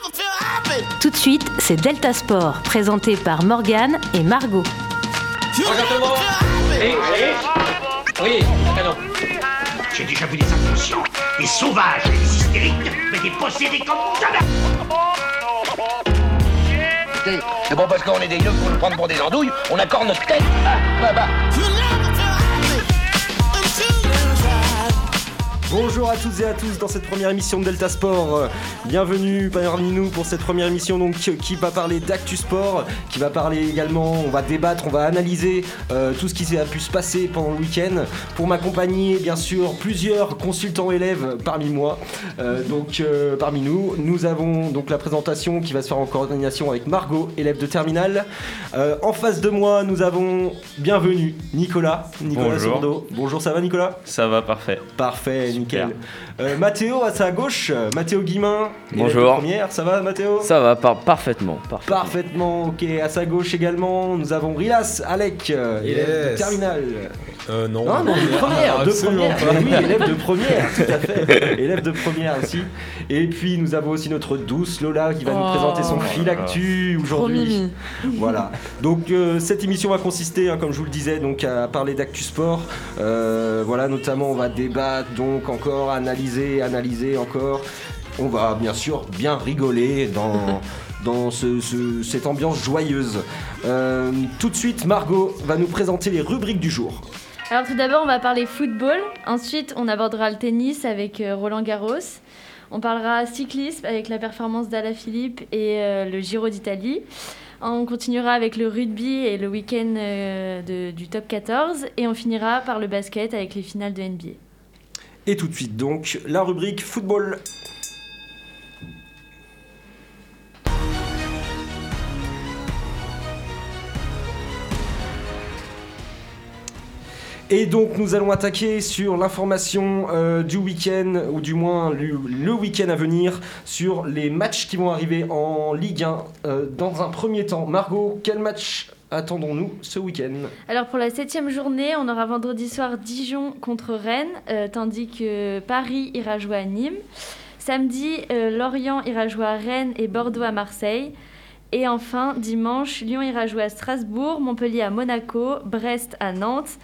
Tout de suite, c'est Delta Sport, présenté par Morgane et Margot. Regarde-moi. Oui, canon. J'ai déjà vu des inconscients, des sauvages, des hystériques, mais des possédés comme jamais. C'est bon parce qu'on est des yeux pour nous prendre pour des andouilles, on accorde notre tête. Bah. Bonjour à toutes et à tous dans cette première émission de Delta Sport. Bienvenue parmi nous pour cette première émission donc, qui va parler d'actu sport, qui va parler également, on va débattre, on va analyser tout ce qui a pu se passer pendant le week-end. Pour m'accompagner, bien sûr, plusieurs consultants élèves parmi moi. Parmi nous, nous avons donc la présentation qui va se faire en coordination avec Margot, élève de terminale. En face de moi, nous avons bienvenue Nicolas Sourdeau. Bonjour, ça va Nicolas ? Ça va, parfait. Parfait, nickel. Mathéo à sa gauche, Mathéo Guimin. Bonjour. Première, ça va Mathéo ? Ça va, parfaitement. Parfaitement, ok. À sa gauche également, nous avons Rilas Alec, élève de terminale. Non, de première. Oui, élève de première, tout à fait. Élève de première aussi. Et puis nous avons aussi notre douce Lola qui va nous présenter son fil actu aujourd'hui. Voilà. Donc cette émission va consister, comme je vous le disais, donc à parler d'actu sport. Voilà, notamment on va débattre, donc encore analyser encore. On va bien sûr bien rigoler dans cette ambiance joyeuse. Tout de suite, Margot va nous présenter les rubriques du jour. Alors tout d'abord, on va parler football. Ensuite, on abordera le tennis avec Roland Garros. On parlera cyclisme avec la performance d'Alaphilippe et le Giro d'Italie. On continuera avec le rugby et le week-end du top 14. Et on finira par le basket avec les finales de NBA. Et tout de suite donc, la rubrique football. Et donc nous allons attaquer sur l'information du week-end, ou du moins le week-end à venir, sur les matchs qui vont arriver en Ligue 1. Dans un premier temps, Margot, quel match attendons-nous ce week-end ? Alors pour la 7e journée, on aura vendredi soir Dijon contre Rennes, tandis que Paris ira jouer à Nîmes. Samedi, Lorient ira jouer à Rennes et Bordeaux à Marseille. Et enfin, dimanche, Lyon ira jouer à Strasbourg, Montpellier à Monaco, Brest à Nantes,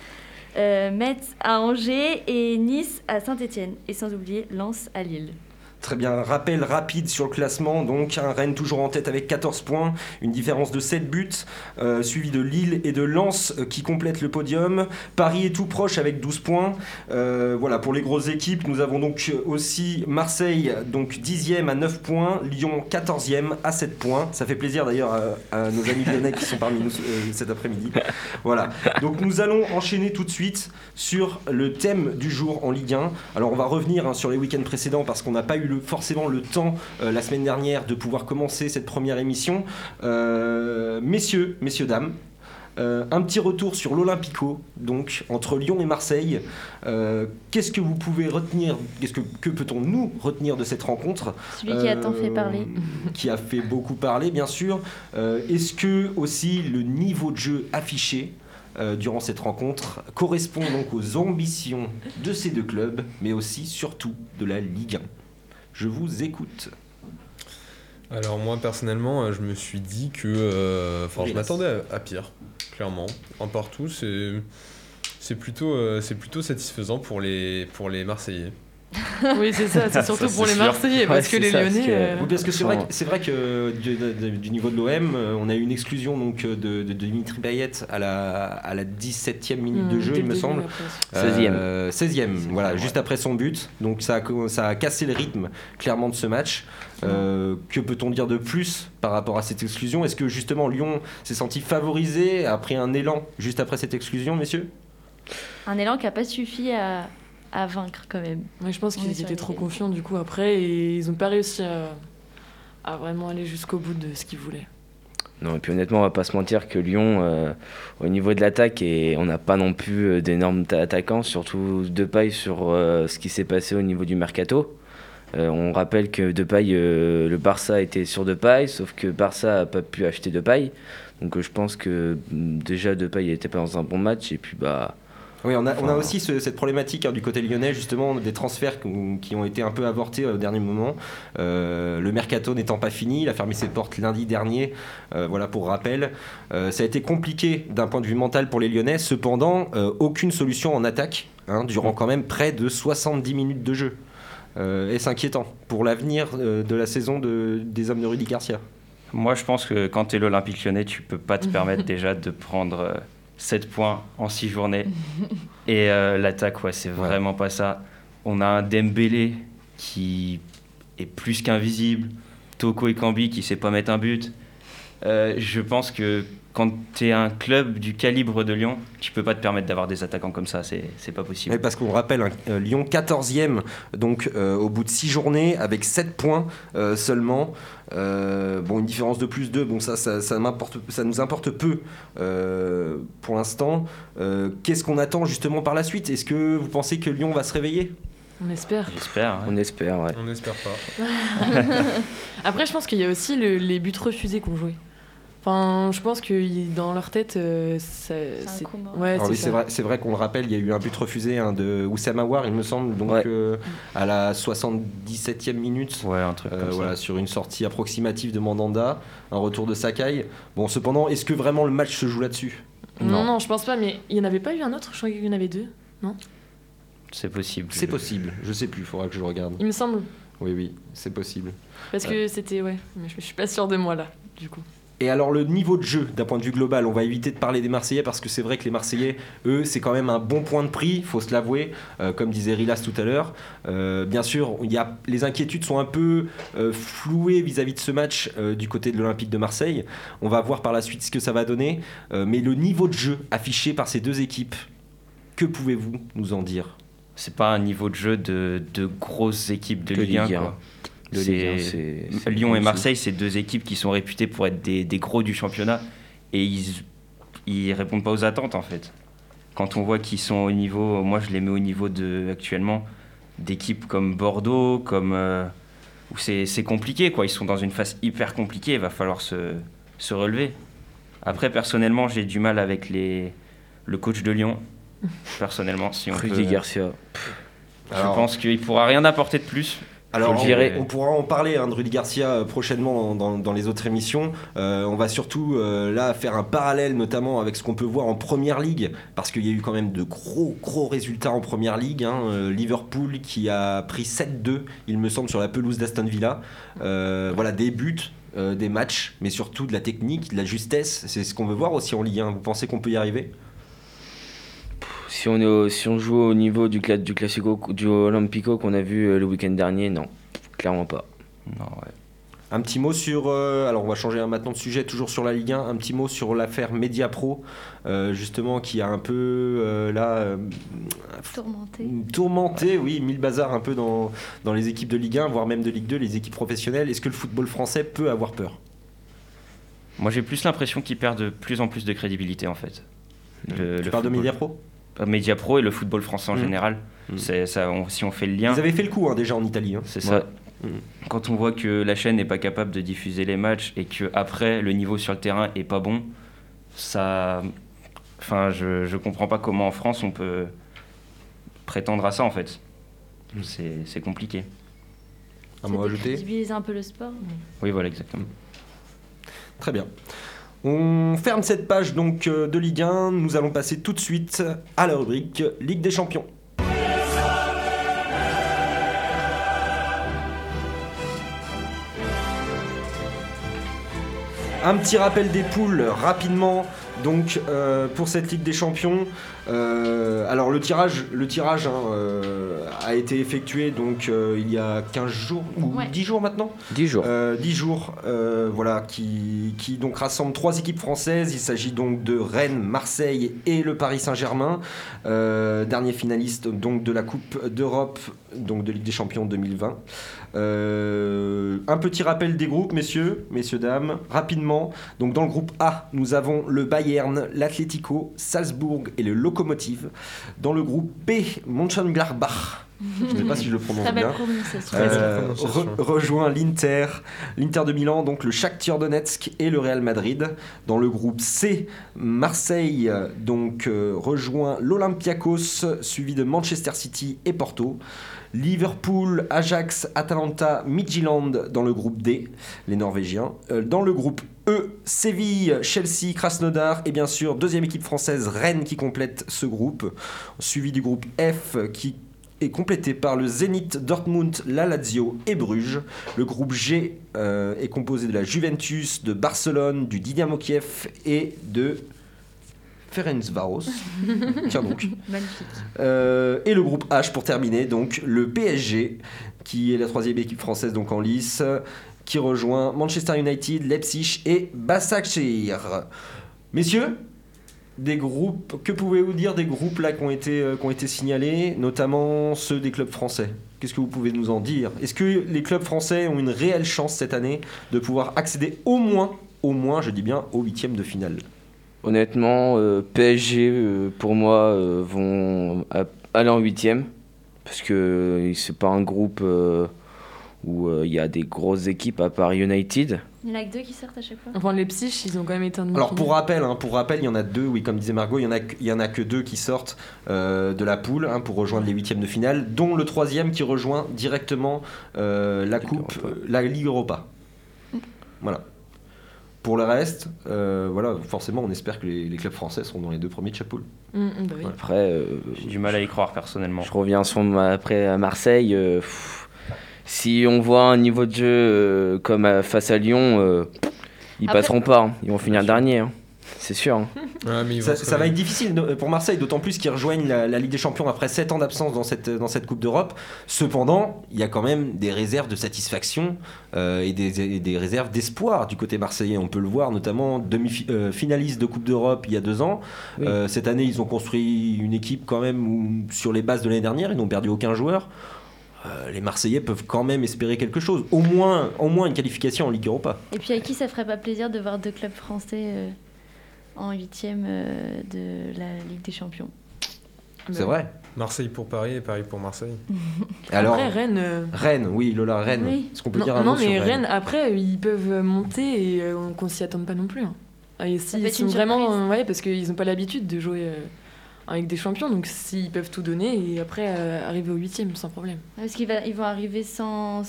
Metz à Angers et Nice à Saint-Etienne. Et sans oublier Lens à Lille. Très bien, rappel rapide sur le classement, donc un Rennes toujours en tête avec 14 points, une différence de 7 buts, suivi de Lille et de Lens qui complètent le podium. Paris est tout proche avec 12 points. Voilà, pour les grosses équipes, nous avons donc aussi Marseille, donc 10e à 9 points, Lyon 14e à 7 points. Ça fait plaisir d'ailleurs à nos amis lyonnais qui sont parmi nous cet après-midi. Voilà, donc nous allons enchaîner tout de suite sur le thème du jour en Ligue 1. Alors on va revenir sur les week-ends précédents parce qu'on n'a pas eu forcément le temps la semaine dernière de pouvoir commencer cette première émission. Messieurs, dames, un petit retour sur l'Olympico, donc entre Lyon et Marseille. Qu'est-ce que vous pouvez retenir, que peut-on nous retenir de cette rencontre ? Celui qui a tant fait parler. Qui a fait beaucoup parler, bien sûr. Est-ce que aussi le niveau de jeu affiché durant cette rencontre correspond donc aux ambitions de ces deux clubs, mais aussi surtout de la Ligue 1 ? Je vous écoute. Alors moi personnellement, je me suis dit que, je m'attendais à pire, clairement. Un partout, c'est plutôt satisfaisant pour les Marseillais. Oui, c'est ça, c'est surtout pour les Marseillais, parce que les Lyonnais... Oui, parce que c'est vrai que du niveau de l'OM, on a eu une exclusion donc, de Dimitri Payet à la 17e minute de jeu, il me semble. 16e, voilà, juste après son but. Donc ça a cassé le rythme, clairement, de ce match. Que peut-on dire de plus par rapport à cette exclusion ? Est-ce que justement Lyon s'est senti favorisé, a pris un élan juste après cette exclusion, messieurs ? Un élan qui n'a pas suffi à vaincre quand même. Ouais, je pense qu'ils étaient trop confiants du coup après et ils n'ont pas réussi à vraiment aller jusqu'au bout de ce qu'ils voulaient. Non, et puis honnêtement, on va pas se mentir que Lyon, au niveau de l'attaque, on n'a pas non plus d'énormes attaquants, surtout Depay sur ce qui s'est passé au niveau du mercato. On rappelle que Depay, le Barça était sur Depay, sauf que Barça n'a pas pu acheter Depay. Donc je pense que déjà Depay n'était pas dans un bon match et puis Oui, on a aussi cette problématique du côté lyonnais, justement, des transferts qui ont été un peu avortés au dernier moment. Le mercato n'étant pas fini, il a fermé ses portes lundi dernier, voilà pour rappel. Ça a été compliqué d'un point de vue mental pour les Lyonnais, cependant, aucune solution en attaque, durant quand même près de 70 minutes de jeu. Et c'est inquiétant pour l'avenir de la saison des hommes de Rudy Garcia. Moi, je pense que quand tu es l'Olympique Lyonnais, tu peux pas te permettre déjà de prendre 7 points en 6 journées. Et l'attaque, c'est vraiment pas ça. On a un Dembélé qui est plus qu'invisible. Toko Ekambi qui sait pas mettre un but. Je pense que quand tu es un club du calibre de Lyon, tu peux pas te permettre d'avoir des attaquants comme ça, c'est pas possible. Et parce qu'on rappelle, Lyon 14e, donc au bout de 6 journées, avec 7 points seulement. Une différence de plus 2, ça nous importe peu pour l'instant. Qu'est-ce qu'on attend justement par la suite ? Est-ce que vous pensez que Lyon va se réveiller ? On espère. On espère, ouais. On n'espère pas. Après, je pense qu'il y a aussi les buts refusés qu'on jouait. Enfin, je pense que dans leur tête, c'est un coup mort. Ouais, c'est vrai qu'on le rappelle, il y a eu un but refusé de Oussama Aouar, il me semble, donc à la 77e minute. Ouais, un truc comme ça. Sur une sortie approximative de Mandanda, un retour de Sakai. Bon, cependant, est-ce que vraiment le match se joue là-dessus ? Non, je pense pas, mais il n'y en avait pas eu un autre ? Je crois qu'il y en avait 2, non ? C'est possible. C'est possible, je sais plus, il faudra que je le regarde. Il me semble. Oui, c'est possible. Parce que c'était, mais je suis pas sûre de moi là, du coup. Et alors le niveau de jeu d'un point de vue global, on va éviter de parler des Marseillais parce que c'est vrai que les Marseillais, eux, c'est quand même un bon point de prix, faut se l'avouer, comme disait Rilas tout à l'heure. Bien sûr, les inquiétudes sont un peu flouées vis-à-vis de ce match du côté de l'Olympique de Marseille. On va voir par la suite ce que ça va donner. Mais le niveau de jeu affiché par ces deux équipes, que pouvez-vous nous en dire ? C'est pas un niveau de jeu de grosses équipes de Ligue 1. Quoi. Lyon et Marseille, c'est deux équipes qui sont réputées pour être des gros du championnat et ils répondent pas aux attentes en fait. Quand on voit qu'ils sont au niveau, moi je les mets au niveau actuellement d'équipes comme Bordeaux, où c'est compliqué quoi. Ils sont dans une phase hyper compliquée, il va falloir se relever. Après personnellement j'ai du mal avec le coach de Lyon. Personnellement, si on Rudy Garcia. Je pense qu'il pourra rien apporter de plus. Alors, on pourra en parler de Rudy Garcia prochainement dans les autres émissions. On va surtout là faire un parallèle notamment avec ce qu'on peut voir en Première Ligue, parce qu'il y a eu quand même de gros résultats en Première Ligue. Liverpool qui a pris 7-2, il me semble, sur la pelouse d'Aston Villa. Voilà, des buts, des matchs, mais surtout de la technique, de la justesse. C'est ce qu'on veut voir aussi en Ligue 1. Vous pensez qu'on peut y arriver ? Si on joue au niveau du Classico, du Olympico qu'on a vu le week-end dernier, non, clairement pas. Non, ouais. Un petit mot sur... alors on va changer maintenant de sujet, toujours sur la Ligue 1, un petit mot sur l'affaire Mediapro, justement qui a un peu tourmenté, oui, mis le bazar un peu dans les équipes de Ligue 1, voire même de Ligue 2, les équipes professionnelles. Est-ce que le football français peut avoir peur ? Moi j'ai plus l'impression qu'il perd de plus en plus de crédibilité en fait. Tu parles de Mediapro ? Mediapro et le football français en général. C'est ça, si on fait le lien... Vous avez fait le coup déjà en Italie. C'est ça. Quand on voit que la chaîne n'est pas capable de diffuser les matchs et qu'après le niveau sur le terrain est pas bon, ça... Enfin, je comprends pas comment en France on peut prétendre à ça en fait. C'est compliqué. Un mot à ajouter ? Crédibiliser un peu le sport. Oui, voilà, exactement. Très bien. On ferme cette page donc de Ligue 1. Nous allons passer tout de suite à la rubrique Ligue des Champions. Un petit rappel des poules rapidement. Donc pour cette Ligue des Champions, alors le tirage a été effectué donc il y a 15 jours ou 10 jours maintenant. 10 jours. 10 jours, voilà, qui donc rassemble 3 équipes françaises. Il s'agit donc de Rennes, Marseille et le Paris Saint-Germain, dernier finaliste donc de la Coupe d'Europe, donc de Ligue des Champions 2020. Un petit rappel des groupes, messieurs, dames, rapidement. Donc dans le groupe A, nous avons le Bayern, l'Atlético, Salzbourg et le Lokomotiv. Dans le groupe B, Mönchengladbach, Je ne sais pas si je le prononce Très belle bien. prononciation. Rejoint l'Inter de Milan, donc le Shakhtar Donetsk et le Real Madrid. Dans le groupe C, Marseille donc rejoint l'Olympiakos, suivi de Manchester City et Porto. Liverpool, Ajax, Atalanta, Midtjylland dans le groupe D, les Norvégiens. Dans le groupe E, Séville, Chelsea, Krasnodar et bien sûr deuxième équipe française Rennes qui complète ce groupe, suivi du groupe F qui est complété par le Zénith, Dortmund, la Lazio et Bruges. Le groupe G est composé de la Juventus, de Barcelone, du Dynamo Kiev et de Ferencváros. Tiens donc. Magnifique. Et le groupe H pour terminer, donc le PSG, qui est la troisième équipe française donc en lice, qui rejoint Manchester United, Leipzig et Başakşehir. Messieurs, des groupes, que pouvez-vous dire des groupes là qui ont été signalés, notamment ceux des clubs français? Qu'est-ce que vous pouvez nous en dire? Est-ce que les clubs français ont une réelle chance cette année de pouvoir accéder au moins, je dis bien, aux huitièmes de finale? Honnêtement, PSG, pour moi, vont aller en huitième. Parce que c'est pas un groupe où il y a des grosses équipes à part United. Il y en a que 2 qui sortent à chaque fois. Enfin, Leipzig, ils ont quand même été en Alors pour rappel, il y en a 2, oui, comme disait Margot, il y en a que 2 qui sortent de la poule pour rejoindre les huitièmes de finale, dont le troisième qui rejoint directement la Ligue Europa. Voilà. Pour le reste, forcément, on espère que les clubs français seront dans les 2 premiers de chaque poule. Bah oui. Après, j'ai du mal à y croire personnellement. Je reviens après à Marseille. Si on voit un niveau de jeu comme face à Lyon, ils passeront pas. Hein. Ils vont finir dernier. Hein. C'est sûr. Hein. Ouais, mais ça va être difficile pour Marseille, d'autant plus qu'ils rejoignent la Ligue des Champions après 7 ans d'absence dans cette Coupe d'Europe. Cependant, il y a quand même des réserves de satisfaction et des réserves d'espoir du côté marseillais. On peut le voir, notamment demi-finaliste de Coupe d'Europe il y a 2 ans. Oui. Cette année, ils ont construit une équipe quand même où, sur les bases de l'année dernière, ils n'ont perdu aucun joueur. Les Marseillais peuvent quand même espérer quelque chose, au moins une qualification en Ligue Europa. Et puis à qui ça ferait pas plaisir de voir 2 clubs français en 8e de la Ligue des Champions? C'est vrai. Marseille pour Paris et Paris pour Marseille. Alors, après Rennes. Rennes, oui, Lola, Rennes. Oui. Est-ce qu'on peut dire un mot sur Rennes? Rennes, après, ils peuvent monter et qu'on s'y attende pas non plus. Hein. Et si, ils sont vraiment, parce qu'ils n'ont pas l'habitude de jouer avec des champions, donc s'ils peuvent tout donner et après arriver au 8e sans problème. Parce qu'ils vont arriver sans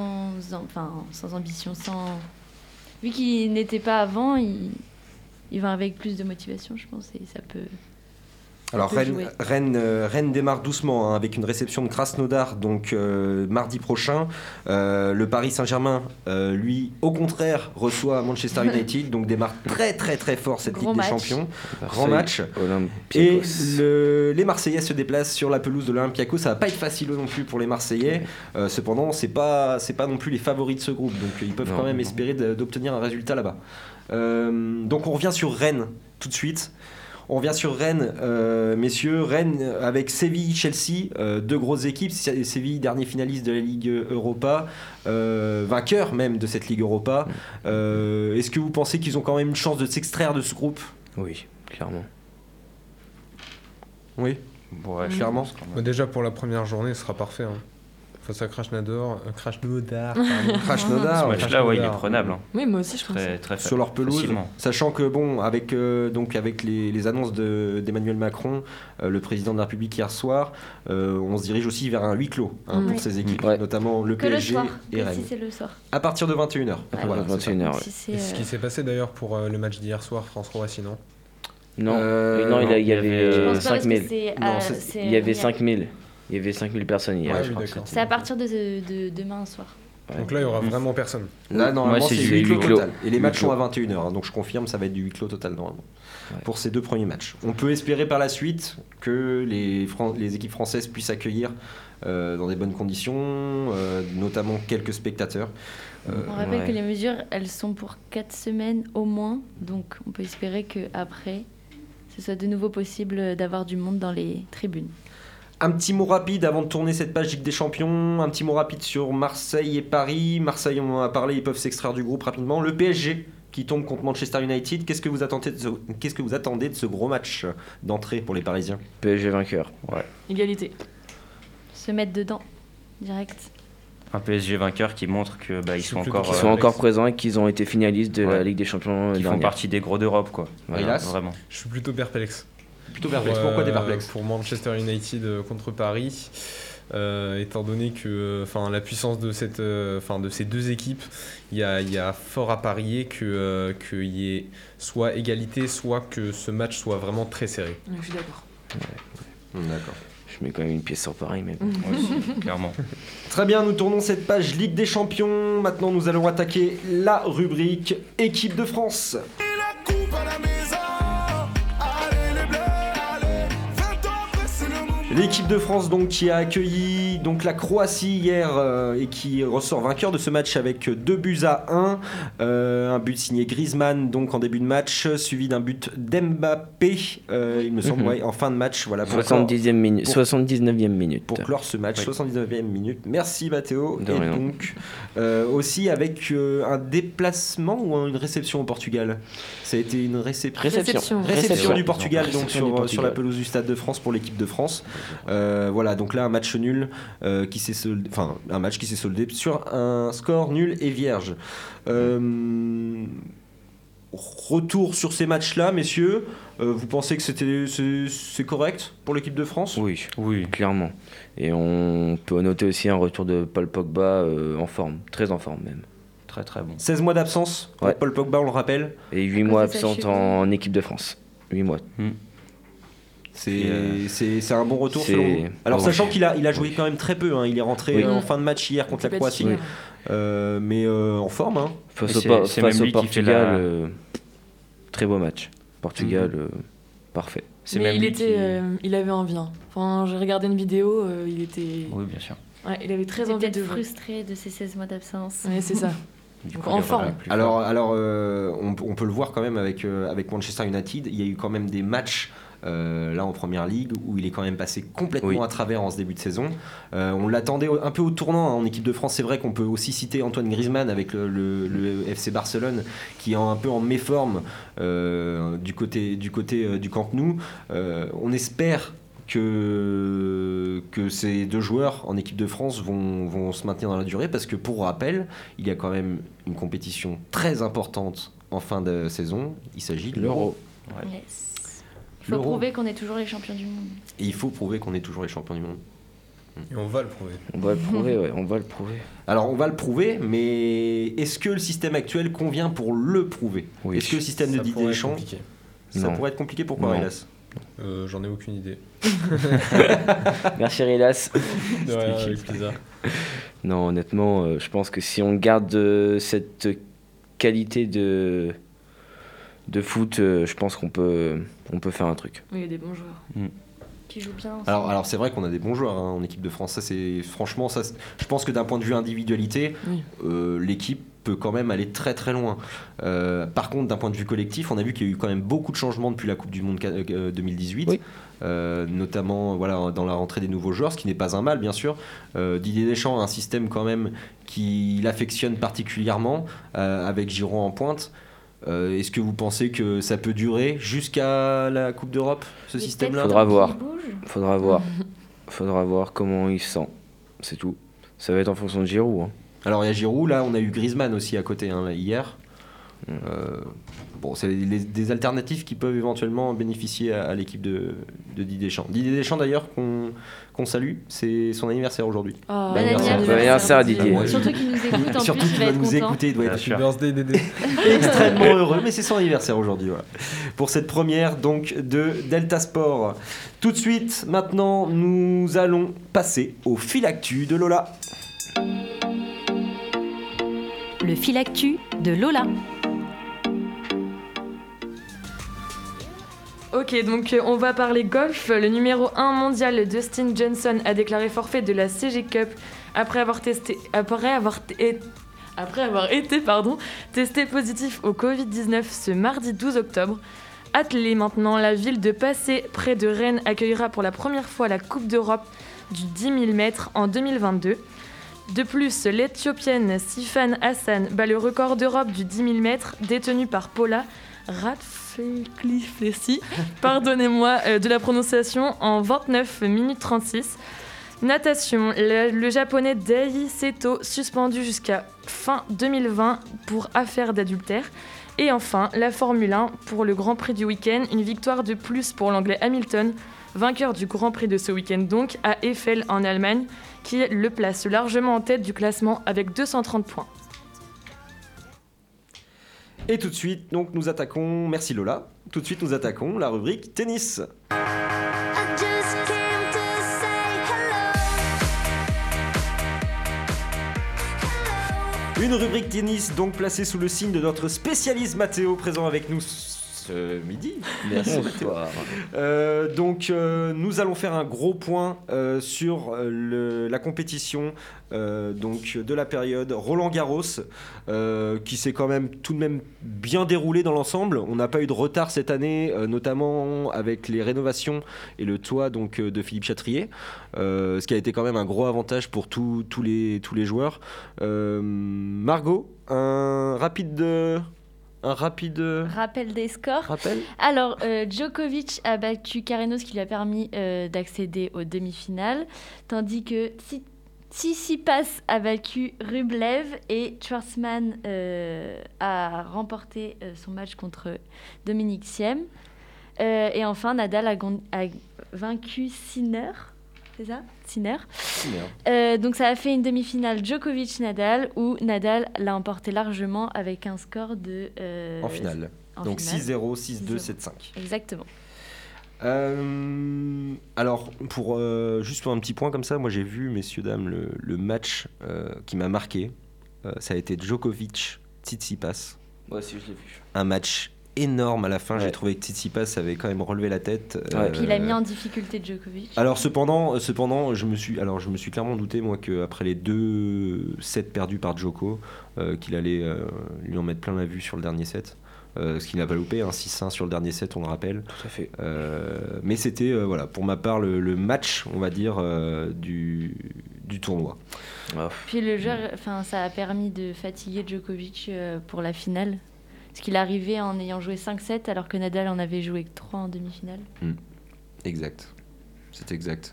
ambition, vu qu'ils n'étaient pas avant, ils vont avec plus de motivation, je pense, et ça peut. Alors Rennes démarre doucement avec une réception de Krasnodar donc mardi prochain. Le Paris Saint-Germain, lui, au contraire, reçoit Manchester United, donc démarre très très très fort cette Ligue des Champions. Grand match. Et les Marseillais se déplacent sur la pelouse de l'Olympiakos. Ça va pas être facile non plus pour les Marseillais. Cependant, c'est pas non plus les favoris de ce groupe, donc ils peuvent quand même espérer d'obtenir un résultat là-bas. Donc on revient sur Rennes tout de suite. On revient sur Rennes, messieurs. Rennes avec Séville, Chelsea, 2 grosses équipes. Séville, dernier finaliste de la Ligue Europa, vainqueur même de cette Ligue Europa. Est-ce que vous pensez qu'ils ont quand même une chance de s'extraire de ce groupe? Oui, clairement. Oui, clairement. Déjà pour la première journée, ce sera parfait. Hein. Face à Krasnodar. Ce match-là, il est prenable. Hein. Oui, moi aussi, je pense. Très sur leur pelouse. Facilement. Sachant que, avec les annonces d'Emmanuel Macron, le président de la République hier soir, on se dirige aussi vers un huis clos pour ces équipes, notamment le PSG et Rennes. C'est le soir. À partir de 21h. Voilà, 21h. C'est ce qui s'est passé d'ailleurs pour le match d'hier soir, France-Croatie, non? Non, il y avait 5000. Il y avait 5000. Il y avait 5000 personnes hier. Je crois. C'est à partir de demain soir. Ouais. Donc là, il n'y aura vraiment personne. Là, normalement, c'est du huis clos total. Et les matchs sont à 21h. Donc je confirme, ça va être du huis clos total normalement. Pour ces 2 premiers matchs. On peut espérer par la suite que les équipes françaises puissent accueillir dans des bonnes conditions, notamment quelques spectateurs. On rappelle que les mesures, elles sont pour 4 semaines au moins. Donc on peut espérer qu'après, ce soit de nouveau possible d'avoir du monde dans les tribunes. Un petit mot rapide avant de tourner cette page Ligue des Champions, un petit mot rapide sur Marseille et Paris. Marseille, on en a parlé, ils peuvent s'extraire du groupe rapidement. Le PSG qui tombe contre Manchester United, qu'est-ce que vous attendez de ce gros match d'entrée pour les Parisiens? PSG vainqueur. Égalité. se mettre dedans direct. Un PSG vainqueur qui montre que ils sont encore présents et qu'ils ont été finalistes de la Ligue des Champions. Ils font partie des gros d'Europe, quoi. Voilà, vraiment. Je suis plutôt perplexe. Pourquoi t'es perplexe? Pour Manchester United contre Paris, étant donné que la puissance de ces deux équipes, il y a fort à parier qu'il y ait soit égalité, soit que ce match soit vraiment très serré. Je suis d'accord. D'accord. Je mets quand même une pièce sur Paris, mais bon. Ouais, clairement. Très bien, nous tournons cette page Ligue des Champions. Maintenant, nous allons attaquer la rubrique Équipe de France. L'équipe de France donc qui a accueilli donc la Croatie hier et qui ressort vainqueur de ce match avec 2-1. Un but signé Griezmann donc en début de match, suivi d'un but d'Mbappé, il me semble, en fin de match. Voilà, 79e minute. Pour clore ce match, 79e minute. Merci Mathéo. De et rien. donc aussi avec un déplacement ou une réception au Portugal. Ça a été une réception du Portugal, donc sur la pelouse du Stade de France pour l'équipe de France. Voilà, donc là un match nul qui s'est soldé sur un score nul et vierge. Retour sur ces matchs-là, messieurs. Vous pensez que c'est correct pour l'équipe de France ? Oui, clairement. Et on peut noter aussi un retour de Paul Pogba en forme, très en forme même. Très très bon. 16 mois d'absence, Paul Pogba, on le rappelle. Et 8 mois absent en équipe de France. 8 mois. C'est un bon retour selon vous. Alors sachant qu'il a joué quand même très peu, il est rentré en fin de match hier contre la Croatie, mais en forme. Face au Portugal, très beau match. Portugal, parfait. Mais il avait envie. Enfin, j'ai regardé une vidéo, il était... Oui, bien sûr. Ouais, il avait très envie de jouer. Frustré de ses 16 mois d'absence. Ouais, c'est ça. Du coup, en forme. Alors on peut le voir quand même avec Manchester United. Il y a eu quand même des matchs là en première ligue où il est quand même passé complètement à travers en ce début de saison. On l'attendait un peu au tournant en équipe de France. C'est vrai qu'on peut aussi citer Antoine Griezmann avec le FC Barcelone qui est un peu en méforme du côté du Camp Nou. On espère que ces deux joueurs en équipe de France vont se maintenir dans la durée, parce que pour rappel, il y a quand même une compétition très importante en fin de saison. Il s'agit de l'Euro. Ouais. Yes. Il faut prouver qu'on est toujours les champions du monde. Et il faut prouver qu'on est toujours les champions du monde. Et on va le prouver. On va le prouver. Alors on va le prouver, mais est-ce que le système actuel convient pour le prouver ? Est-ce que le système de Didier Deschamps, ça pourrait être compliqué ? Pourquoi, Hélas ? J'en ai aucune idée. Merci Rilas. De rien, avec plaisir. Non, honnêtement, je pense que si on garde cette qualité de foot, je pense qu'on peut faire un truc. Oui, il y a des bons joueurs. Qui jouent bien. Alors c'est vrai qu'on a des bons joueurs en équipe de France. Ça, franchement, je pense que d'un point de vue individualité, l'équipe peut quand même aller très très loin. Par contre, d'un point de vue collectif, on a vu qu'il y a eu quand même beaucoup de changements depuis la Coupe du Monde 2018, notamment dans la rentrée des nouveaux joueurs, ce qui n'est pas un mal, bien sûr. Didier Deschamps a un système quand même qu'il affectionne particulièrement, avec Giroud en pointe. Est-ce que vous pensez que ça peut durer jusqu'à la Coupe d'Europe, ce système-là ? Faudra voir comment il se sent. C'est tout. Ça va être en fonction de Giroud. Alors il y a Giroud, là on a eu Griezmann aussi à côté hier. C'est des alternatives qui peuvent éventuellement bénéficier à l'équipe de Didier Deschamps. Didier Deschamps d'ailleurs qu'on salue, c'est son anniversaire aujourd'hui. Bon anniversaire Didier. Surtout qu'il nous écoute en Surtout plus, il va être nous content. écouter, il doit être birthday Dédé. extrêmement heureux, mais c'est son anniversaire aujourd'hui. Voilà. Pour cette première donc de Delta Sport. Tout de suite, maintenant, nous allons passer au fil actu de Lola. Le fil actu de Lola. Ok, donc on va parler golf. Le numéro 1 mondial Dustin Johnson a déclaré forfait de la CG Cup après avoir été testé positif au Covid-19 ce mardi 12 octobre. Attelée maintenant, la ville de Passé, près de Rennes, accueillera pour la première fois la Coupe d'Europe du 10 000 mètres en 2022. De plus, l'Éthiopienne Sifan Hassan bat le record d'Europe du 10 000 mètres détenu par Paula Radcliffe, pardonnez-moi de la prononciation, en 29 minutes 36. Natation, le japonais Dai Seto suspendu jusqu'à fin 2020 pour affaire d'adultère. Et enfin, la Formule 1 pour le Grand Prix du week-end, une victoire de plus pour l'anglais Hamilton, vainqueur du Grand Prix de ce week-end donc, à Eiffel en Allemagne, qui le place largement en tête du classement avec 230 points. Et tout de suite, donc nous attaquons, merci Lola, tout de suite nous attaquons la rubrique tennis. Une rubrique tennis donc placée sous le signe de notre spécialiste Mathéo présent avec nous ce midi. Merci Mathéo. Donc nous allons faire un gros point sur la compétition donc de la période Roland-Garros qui s'est quand même tout de même bien déroulé dans l'ensemble. On n'a pas eu de retard cette année, notamment avec les rénovations et le toit donc de Philippe Chatrier, ce qui a été quand même un gros avantage pour tous les joueurs. Margot, un rapide rappel des scores. Rappel. Alors, Djokovic a battu Karinos, qui lui a permis d'accéder aux demi-finales, tandis que Tsitsipas a battu Rublev et Schwartzmann a remporté son match contre Dominic Thiem. Et enfin, Nadal a vaincu Sinner. C'est ça ? Sinner. Donc ça a fait une demi-finale Djokovic-Nadal où Nadal l'a emporté largement avec un score de... en finale. Donc 6-0, 6-2, 7-5. Exactement. Alors, juste pour un petit point comme ça, moi j'ai vu, messieurs, dames, le match qui m'a marqué. Ça a été Djokovic-Tsitsipas. Moi aussi, je l'ai vu. Un match énorme à la fin, j'ai trouvé que Tsitsipas avait quand même relevé la tête. Puis il a mis en difficulté Djokovic. Alors cependant, je me suis clairement douté moi qu'après les 2 sets perdus par Djoko, qu'il allait lui en mettre plein la vue sur le dernier set. Ce qu'il n'a pas loupé, 6-1 sur le dernier set, on le rappelle. Tout à fait. Mais c'était, voilà, pour ma part, le match, on va dire, du tournoi. Puis le jeu, ça a permis de fatiguer Djokovic pour la finale. Parce qu'il est arrivé en ayant joué 5-7 alors que Nadal en avait joué 3 en demi-finale. Exact. C'est exact.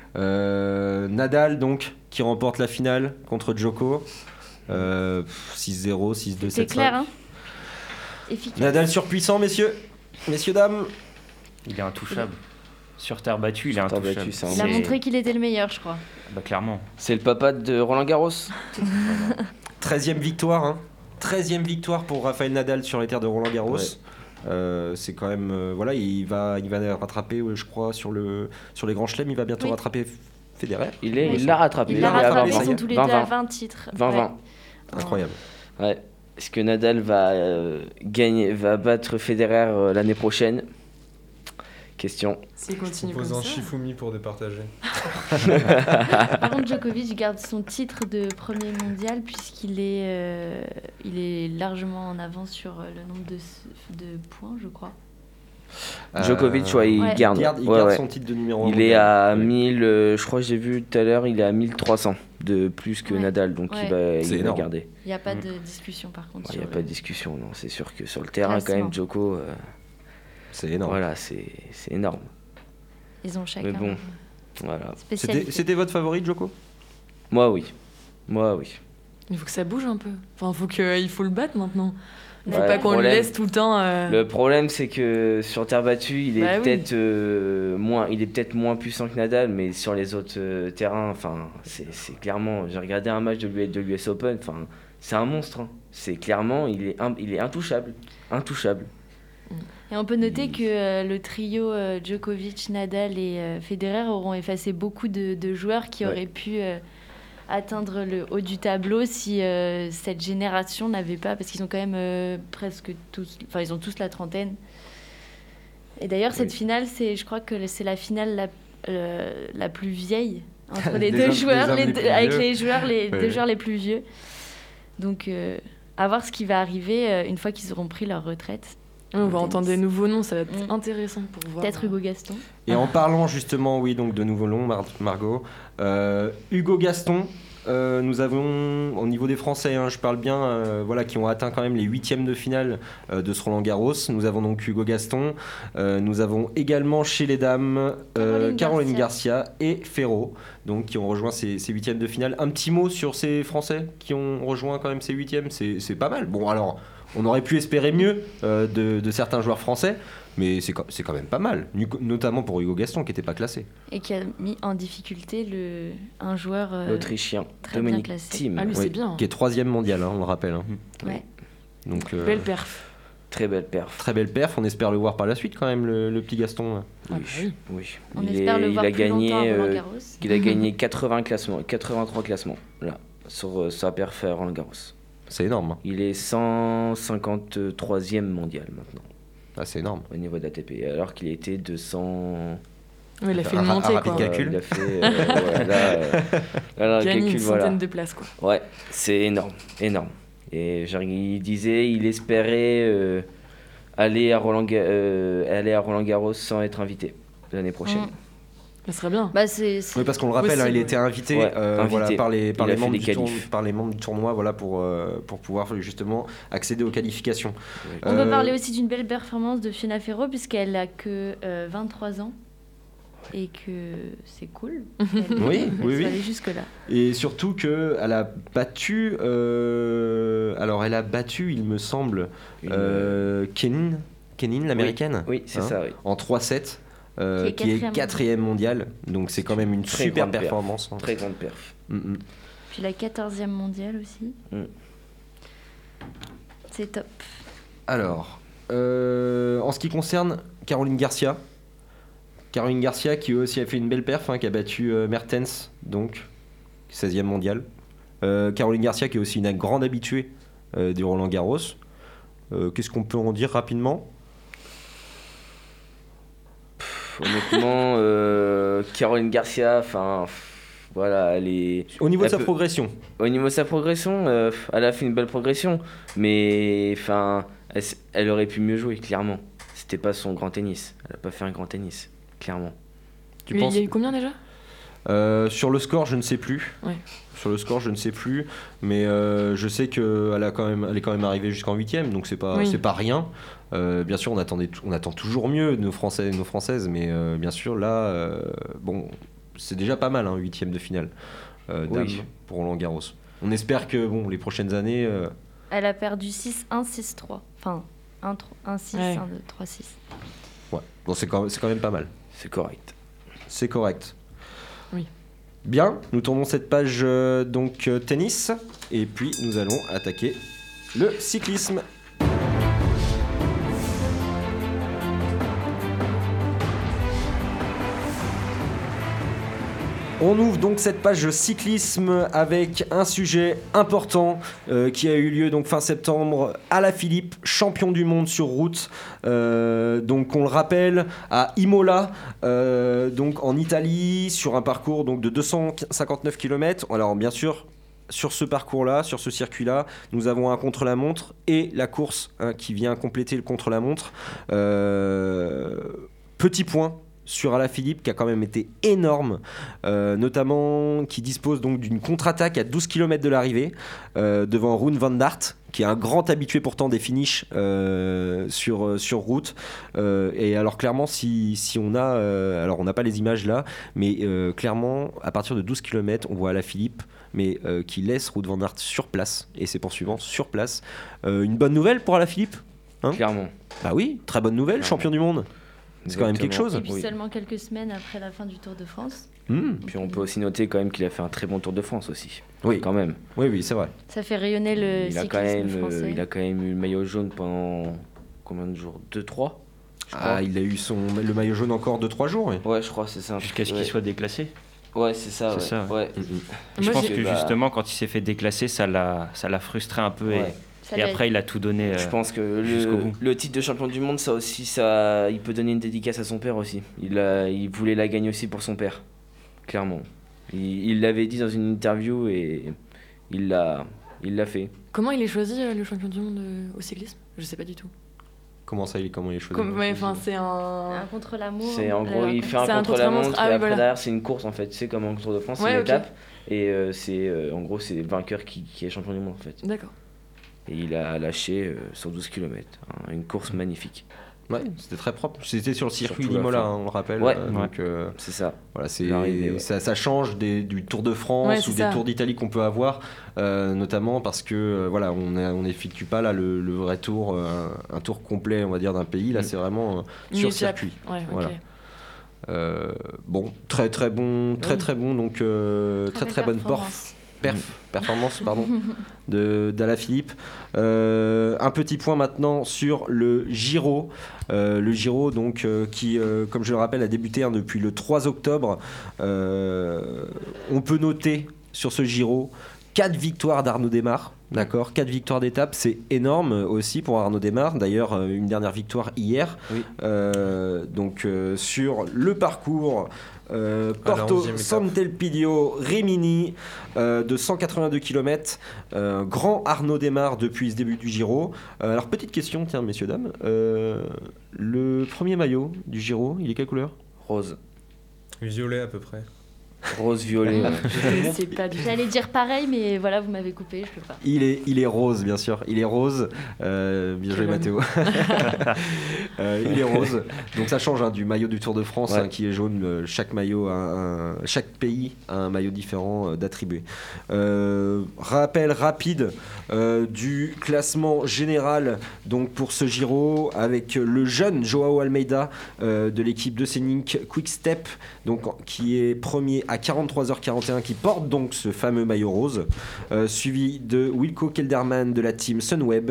Nadal, donc, qui remporte la finale contre Djoko. 6-0, 6-2, 7-5. C'est clair, hein ? Efficace. Nadal surpuissant, messieurs, dames. Il est intouchable. Sur terre battue, il est intouchable. Il a montré qu'il était le meilleur, je crois. Bah, clairement. C'est le papa de Roland-Garros. 13e victoire, hein. 13e victoire pour Rafael Nadal sur les terres de Roland-Garros. Ouais. C'est quand même... voilà, il va rattraper, je crois, sur les grands chelems, il va bientôt rattraper Federer. Il l'a rattrapé. Ils sont tous les deux à 20 titres. 20-20. Incroyable. Ouais. Est-ce que Nadal va battre Federer l'année prochaine ? Question. S'il continue comme ça. Shifumi pour départager. Par contre, Djokovic garde son titre de premier mondial puisqu'il est largement en avance sur le nombre de points, je crois. Djokovic, il garde son titre de numéro 1. Il est à 1000, je crois que j'ai vu tout à l'heure, il est à 1300 de plus que Nadal, donc il va garder. Il n'y a pas de discussion par contre. Il n'y a pas de discussion, non. C'est sûr que sur le terrain, quand même, Djoko... c'est énorme. Voilà, c'est énorme. Ils ont chacun... Mais bon, voilà. C'était votre favori, Djoko ? Moi, oui. Il faut que ça bouge un peu. Enfin, il faut le battre maintenant. Il ne faut pas qu'on le laisse tout le temps... Le problème, c'est que sur terre battue, il est peut-être moins puissant que Nadal, mais sur les autres terrains, c'est clairement... J'ai regardé un match de l'US Open, c'est un monstre. Hein. C'est clairement... Il est intouchable. Et on peut noter que le trio Djokovic, Nadal et Federer auront effacé beaucoup de joueurs qui auraient pu... atteindre le haut du tableau si cette génération n'avait pas, parce qu'ils ont quand même presque tous, ils ont tous la trentaine. Et d'ailleurs, cette finale, je crois que c'est la finale la plus vieille entre les deux joueurs, les deux joueurs les plus vieux. Donc, à voir ce qui va arriver une fois qu'ils auront pris leur retraite. On va entendre des nouveaux noms, ça va être intéressant pour voir. Peut-être Hugo Gaston. Et en parlant justement, donc de nouveaux noms, Margot, Hugo Gaston, nous avons, au niveau des Français, je parle bien, qui ont atteint quand même les 8e de finale de ce Roland-Garros. Nous avons donc Hugo Gaston. Nous avons également chez les dames Caroline Garcia et Ferro, donc qui ont rejoint ces 8e de finale. Un petit mot sur ces Français qui ont rejoint quand même ces 8e, c'est pas mal. Bon, alors, on aurait pu espérer mieux de certains joueurs français, mais c'est quand même pas mal, notamment pour Hugo Gaston qui n'était pas classé. Et qui a mis en difficulté un joueur l'Autrichien, très Dominic bien classé. Thiem. Ah, lui, c'est bien. Qui est 3e mondial, on le rappelle. Ouais. Donc, belle perf. Très belle perf. Très belle perf, on espère le voir par la suite quand même, le petit Gaston. Oui. On espère le voir plus longtemps à Roland-Garros. Il a gagné 83 classements, là, sur sa perf à Roland-Garros. C'est énorme. Il est 153e mondial maintenant. Ah, c'est énorme. Au niveau de l'ATP, alors qu'il était 200... Oui, il a fait une montée, rapide quoi. calcul. Il a fait... Il a mis une centaine de places, quoi. Ouais, c'est énorme. Et genre, il disait, il espérait aller à Roland-Garros sans être invité l'année prochaine. Ça serait bien. Oui, parce qu'on le rappelle, il était invité, par les membres du tournoi pour pouvoir justement accéder aux qualifications. On peut parler aussi d'une belle performance de Fiona Ferro puisqu'elle a que 23 ans et que c'est cool. Oui. Aller jusque-là. Et surtout qu'elle a battu, il me semble, Kenin, l'américaine. Oui, c'est ça, oui. En 3-7. Qui est 4e mondial, donc c'est quand même une super performance. Très grande perf. Puis la 14e mondiale aussi. C'est top. Alors, en ce qui concerne Caroline Garcia qui aussi a fait une belle perf, qui a battu Mertens, donc 16e mondial. Caroline Garcia qui est aussi une grande habituée du Roland-Garros. Qu'est-ce qu'on peut en dire rapidement ? Honnêtement, Caroline Garcia, elle est... Au niveau de sa progression. Au niveau de sa progression, elle a fait une belle progression, mais elle aurait pu mieux jouer, clairement. C'était pas son grand tennis. Elle a pas fait un grand tennis, clairement. Il y a eu combien déjà ? Sur le score, je ne sais plus. Ouais. Sur le score, je ne sais plus, mais je sais qu'elle est quand même arrivée jusqu'en 8e, donc c'est pas rien. Bien sûr, on attend toujours mieux de nos Français et nos Françaises, mais bien sûr là, c'est déjà pas mal, 8e de finale dames pour Roland-Garros. On espère que les prochaines années. Elle a perdu 6-1, 6-3. Enfin, 1-6, 1-2, 3-6. Ouais, bon, c'est quand même pas mal. C'est correct. C'est correct. Oui. Bien, nous tournons cette page tennis, et puis nous allons attaquer le cyclisme. On ouvre donc cette page cyclisme avec un sujet important qui a eu lieu donc fin septembre. Alaphilippe, champion du monde sur route, donc on le rappelle à Imola, donc en Italie, sur un parcours donc de 259 km. Alors bien sûr, sur ce parcours-là, sur ce circuit-là, nous avons un contre-la-montre et la course qui vient compléter le contre-la-montre. Petit point sur Alaphilippe qui a quand même été énorme, notamment qui dispose donc d'une contre-attaque à 12 km de l'arrivée devant Rune van Dart, qui est un grand habitué pourtant des finishes sur route. Et alors clairement, si on a... alors on n'a pas les images là, mais clairement, à partir de 12 km, on voit Alaphilippe, mais qui laisse Rune van Dart sur place, et ses poursuivants sur place. Une bonne nouvelle pour Alaphilippe, clairement. Bah oui, très bonne nouvelle, champion du monde. C'est quand même quelque chose. Et puis seulement quelques semaines après la fin du Tour de France. Puis on peut aussi noter quand même qu'il a fait un très bon Tour de France aussi. Oui, quand même. Oui, c'est vrai. Ça fait rayonner le cyclisme français. Il a quand même eu le maillot jaune pendant combien de jours ? 2-3 ? Il a eu le maillot jaune encore 2-3 jours. Ouais, je crois, c'est ça. Jusqu'à ce qu'il soit déclassé. Ouais, c'est ça. Ouais. Je pense que justement, quand il s'est fait déclasser, ça l'a frustré un peu. Et après, il a tout donné. Je pense que le titre de champion du monde, ça aussi, il peut donner une dédicace à son père aussi. Il voulait la gagner aussi pour son père, clairement. Il l'avait dit dans une interview et il l'a fait. Comment il est choisi le champion du monde au cyclisme ? Je sais pas du tout. Comment il est choisi ? C'est un contre-la-montre. C'est en gros, il fait un contre-la-montre et après derrière, c'est une course en fait. C'est comme en Tour de France, c'est une étape. Et en gros, c'est le vainqueur qui est champion du monde en fait. D'accord. Et il a lâché sur 12 km. Une course magnifique. Ouais, c'était très propre. C'était sur le circuit Surtout Limola, on le rappelle. Ouais, donc, c'est ça. Voilà, Ouais. ça change du Tour de France ou des Tours d'Italie qu'on peut avoir, notamment parce que voilà, on n'effectue pas là le vrai tour, un tour complet, on va dire, d'un pays. Là, c'est vraiment sur circuit. Ouais, voilà. Okay. Bon, très bon, donc très bonne performance pardon, d'Alaphilippe. Un petit point maintenant sur le Giro. Le Giro donc, qui, comme je le rappelle, a débuté depuis le 3 octobre. On peut noter sur ce Giro 4 victoires d'Arnaud Démare. D'accord, 4 victoires d'étape, c'est énorme aussi pour Arnaud Démare. D'ailleurs, une dernière victoire hier. Oui. Donc sur le parcours Porto Sant'Elpidio Rimini de 182 km. Grand Arnaud Démare depuis ce début du Giro. Alors petite question, tiens messieurs dames, le premier maillot du Giro, il est quelle couleur ? Rose. Violet à peu près. Rose-violet. J'allais dire pareil, mais voilà, vous m'avez coupé, je peux pas. Il est rose, bien sûr. Il est rose. Bien joué, Mathéo. Il est rose. Donc ça change du maillot du Tour de France qui est jaune. Chaque pays a un maillot différent d'attribué. Rappel rapide du classement général donc pour ce Giro avec le jeune Joao Almeida de l'équipe de Scenic Quick Step, donc qui est premier à 43h41, qui porte donc ce fameux maillot rose, suivi de Wilco Kelderman de la team Sunweb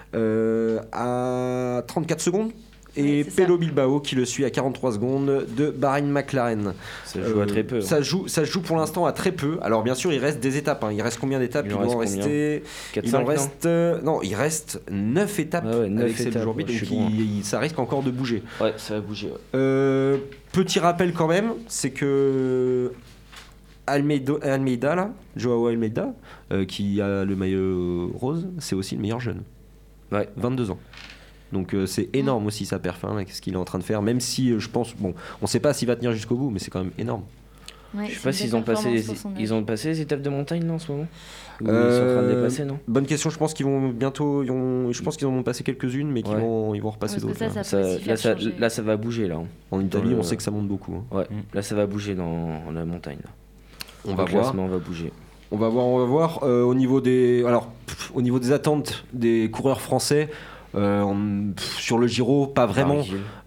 à 34 secondes. Et Pello Bilbao qui le suit à 43 secondes de Bahrain McLaren. Ça joue à très peu. Ça joue pour l'instant à très peu. Alors bien sûr, il reste des étapes. Il reste combien d'étapes ? Il doit en rester 4-5, non, il reste 9 étapes avec celle d'aujourd'hui. Donc ça risque encore de bouger. Ouais, ça va bouger. Petit rappel quand même, c'est que Almeida, là, Joao Almeida, qui a le maillot rose, c'est aussi le meilleur jeune. Ouais. 22 ans. Donc c'est énorme aussi sa perf, ce qu'il est en train de faire, même si je pense, on ne sait pas s'il va tenir jusqu'au bout, mais c'est quand même énorme. Ouais, je sais pas s'ils ont passé les étapes de montagne là, en ce moment. Ils sont en train de dépasser, non ? Bonne question, je pense qu'ils vont bientôt, je pense qu'ils en ont passé quelques-unes, mais ils vont repasser d'autres. Là, ça va bouger là. En Italie, on sait que ça monte beaucoup. Ouais. Là, ça va bouger dans la montagne. Là. On va voir. On va bouger. On va voir au niveau des attentes des coureurs français. Sur le Giro, pas vraiment,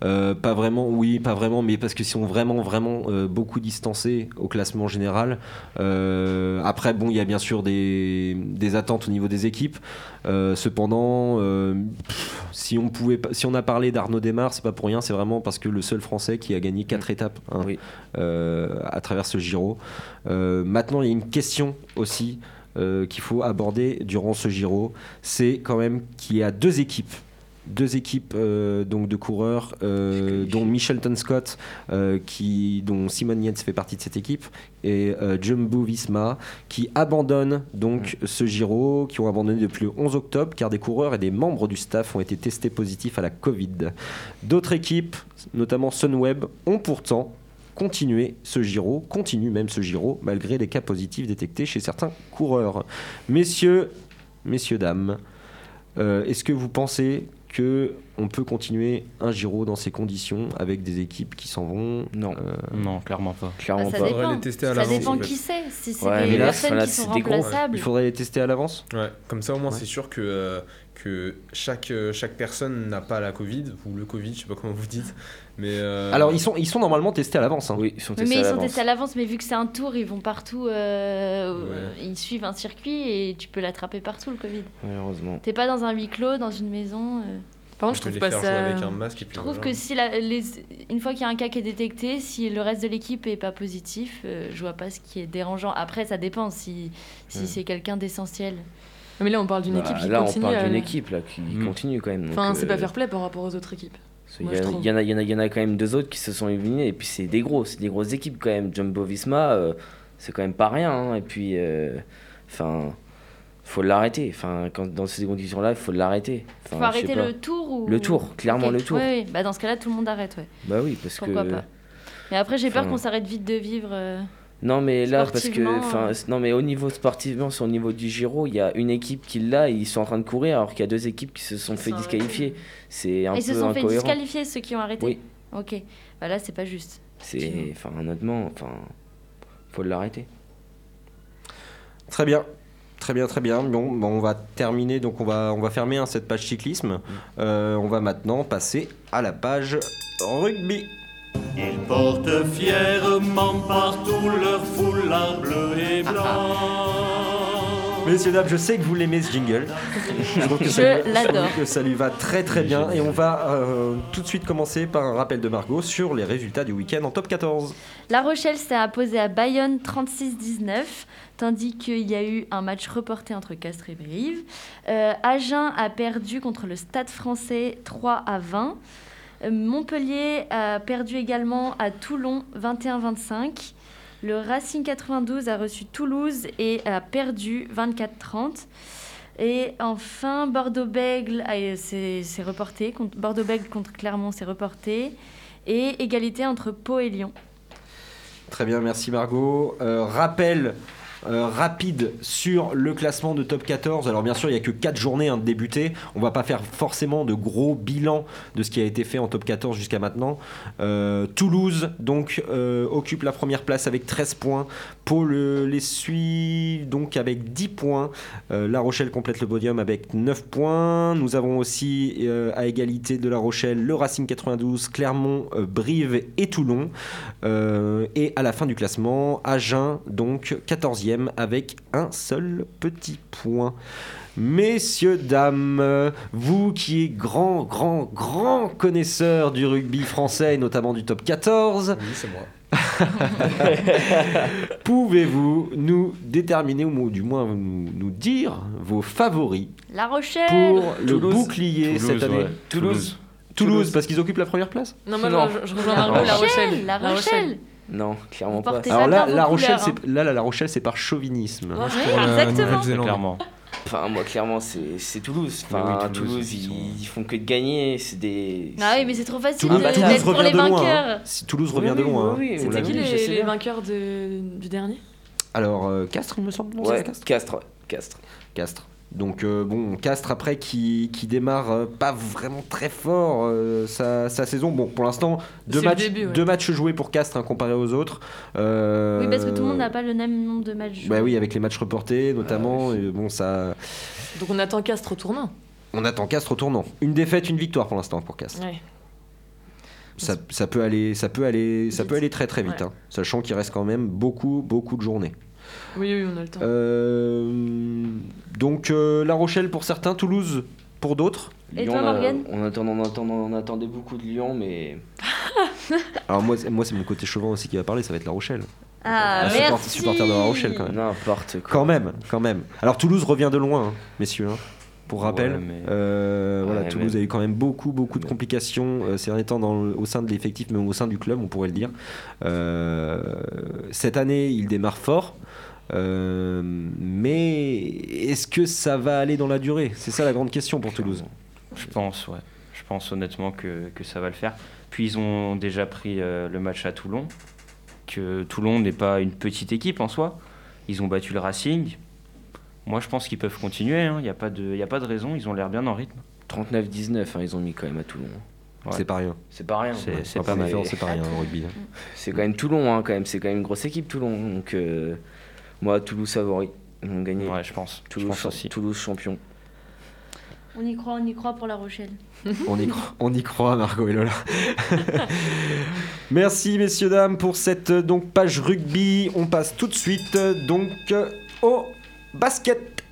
mais parce qu'ils sont vraiment beaucoup distancés au classement général. Après, il y a bien sûr des attentes au niveau des équipes. Cependant, si on a parlé d'Arnaud Démare, c'est pas pour rien, c'est vraiment parce que le seul Français qui a gagné 4 étapes à travers ce Giro. Maintenant, il y a une question aussi. Qu'il faut aborder durant ce Giro, c'est quand même qu'il y a deux équipes donc de coureurs, dont Michelton Scott, dont Simon Yates fait partie de cette équipe, et Jumbo Visma qui abandonnent donc ce Giro, qui ont abandonné depuis le 11 octobre car des coureurs et des membres du staff ont été testés positifs à la Covid. D'autres équipes, notamment Sunweb, ont pourtant continue ce Giro, malgré les cas positifs détectés chez certains coureurs. Messieurs, dames, est-ce que vous pensez qu'on peut continuer un Giro dans ces conditions avec des équipes qui s'en vont ? Non, clairement pas. Ça dépend qui c'est. Si c'est des personnes qui sont remplaçables. Il faudrait les tester à l'avance ? Ouais, comme ça au moins c'est sûr que chaque personne n'a pas la Covid ou le Covid, je sais pas comment vous dites, mais alors ils sont normalement testés à l'avance. Oui, ils sont testés à l'avance, mais vu que c'est un tour, ils vont partout, ils suivent un circuit et tu peux l'attraper partout le Covid. Malheureusement. T'es pas dans un huis clos, dans une maison. Par contre, je trouve pas ça. Avec un masque et puis je trouve que si une fois qu'il y a un cas qui est détecté, si le reste de l'équipe est pas positif, je vois pas ce qui est dérangeant. Après, ça dépend si c'est quelqu'un d'essentiel. Mais là, on parle d'une équipe qui continue. Là, on parle d'une équipe qui continue quand même. Enfin, c'est pas fair play par rapport aux autres équipes. Il y en a quand même 2 autres qui se sont éliminés, et puis c'est des grosses équipes quand même. Jumbo Visma, c'est quand même pas rien. Et puis, faut l'arrêter. Dans ces conditions-là, il faut l'arrêter. Faut arrêter le tour ou... Le tour, clairement le tour. Oui, dans ce cas-là, tout le monde arrête. Ouais. Bah oui, parce pourquoi pas. Mais après, j'ai peur qu'on s'arrête vite de vivre. Non mais là parce que non mais au niveau sportivement, c'est au niveau du Giro, il y a une équipe qui l'a, ils sont en train de courir alors qu'il y a 2 équipes qui se sont fait disqualifier. C'est un peu incohérent. Ils se sont fait disqualifier ceux qui ont arrêté. Oui. OK. Bah là c'est pas juste. C'est honnêtement, faut l'arrêter. Très bien. Bon, on va terminer, donc on va fermer cette page cyclisme. On va maintenant passer à la page rugby. Ils portent fièrement partout leur foulard bleu et blanc. Messieurs, dames, je sais que vous l'aimez ce jingle. Je trouve que ça lui va très très bien. Et on va tout de suite commencer par un rappel de Margot sur les résultats du week-end en top 14. La Rochelle s'est imposée à Bayonne 36-19, tandis qu'il y a eu un match reporté entre Castres et Brive. Agen a perdu contre le Stade Français 3-20. Montpellier a perdu également à Toulon 21-25. Le Racing 92 a reçu Toulouse et a perdu 24-30. Et enfin, Bordeaux-Bègles s'est reporté. Bordeaux-Bègles contre Clermont s'est reporté. Et égalité entre Pau et Lyon. Très bien, merci Margot. Rappel rapide sur le classement de top 14. Alors bien sûr, il n'y a que 4 journées de débuter. On va pas faire forcément de gros bilan de ce qui a été fait en top 14 jusqu'à maintenant. Toulouse donc occupe la première place avec 13 points. Pau les suit donc avec 10 points. La Rochelle complète le podium avec 9 points. Nous avons aussi à égalité de La Rochelle le Racing 92, Clermont, Brive et Toulon. Et à la fin du classement, Agen donc 14e avec un seul petit point. Messieurs, dames, vous qui êtes grand connaisseurs du rugby français et notamment du top 14, oui, c'est moi. Pouvez-vous nous déterminer ou du moins nous dire vos favoris La Rochelle pour le bouclier cette année? Ouais. Toulouse, parce qu'ils occupent la première place? Non, je rejoins Margot, La Rochelle. La Rochelle. Non, clairement pas. Alors là, La Rochelle, c'est par chauvinisme. Exactement. Clairement. Enfin, moi, clairement, c'est Toulouse. Enfin, oui, Toulouse, ils font que de gagner. C'est des. Ah oui, mais c'est trop facile Toulouse d'être pour les vainqueurs. Loin, Si Toulouse revient de loin. C'était qui les vainqueurs du dernier? Alors, Castres, il me semble. Non, ouais, Castres. Donc Castres après qui démarre pas vraiment très fort sa saison. Bon, pour l'instant, deux matchs joués pour Castres comparé aux autres. Oui, parce que tout le monde n'a pas le même nombre de matchs joués. Bah oui, avec les matchs reportés notamment. Et ça. Donc on attend Castres au tournant. Une défaite, une victoire pour l'instant pour Castres. Ouais. Ça peut aller très très vite, sachant qu'il reste quand même beaucoup de journées. Oui, on a le temps. Donc La Rochelle pour certains, Toulouse pour d'autres. Et Lyon, toi, Morgane ? On attendait beaucoup de Lyon, mais... Alors moi c'est mon côté chauvin aussi qui va parler, ça va être La Rochelle. Merci. Supporter de La Rochelle quand même. N'importe quoi. Quand même. Alors Toulouse revient de loin, messieurs. Pour rappel, Toulouse a eu quand même beaucoup de complications ces derniers temps au sein de l'effectif, mais au sein du club, on pourrait le dire. Cette année, il démarre fort, mais est-ce que ça va aller dans la durée ? C'est ça la grande question pour Toulouse. Je pense honnêtement que ça va le faire. Puis ils ont déjà pris le match à Toulon, que Toulon n'est pas une petite équipe en soi. Ils ont battu le Racing. Moi, je pense qu'ils peuvent continuer. Il n'y a pas de raison. Ils ont l'air bien en rythme. 39-19, ils ont mis quand même à Toulon. Ouais. C'est pas rien. C'est pas rien. C'est pas mal. C'est pas rien au rugby. C'est quand même Toulon. Quand même. C'est quand même une grosse équipe, Toulon. Donc, moi, Toulouse favori. Ils vont gagner. Ouais, je pense. Toulouse champion. On y croit pour La Rochelle. On y croit, Margot et Lola. Merci, messieurs, dames, pour cette page rugby. On passe tout de suite au basket.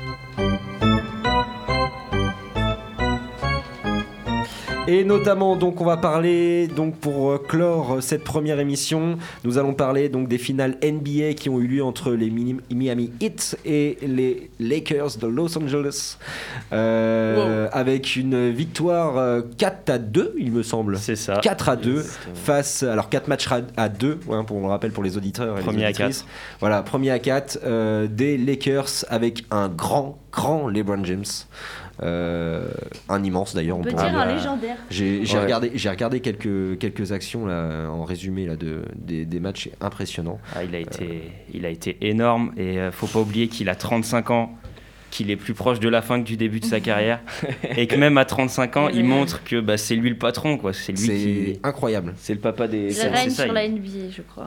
Et notamment, on va parler, pour clore cette première émission, nous allons parler des finales NBA qui ont eu lieu entre les Miami Heat et les Lakers de Los Angeles, avec une victoire 4-2, il me semble. C'est ça. 4-2 face, alors 4 matchs à 2, pour le rappel pour les auditeurs et premier les auditrices. Voilà, premier à 4 des Lakers avec un grand LeBron James. un immense d'ailleurs. On peut dire un légendaire. J'ai regardé quelques actions là, en résumé là, des matchs impressionnants. Il a été énorme et faut pas oublier qu'il a 35 ans, qu'il est plus proche de la fin que du début de sa carrière et que même à 35 ans il montre que c'est lui le patron quoi. C'est incroyable, c'est le papa des... Il règne sur la NBA je crois.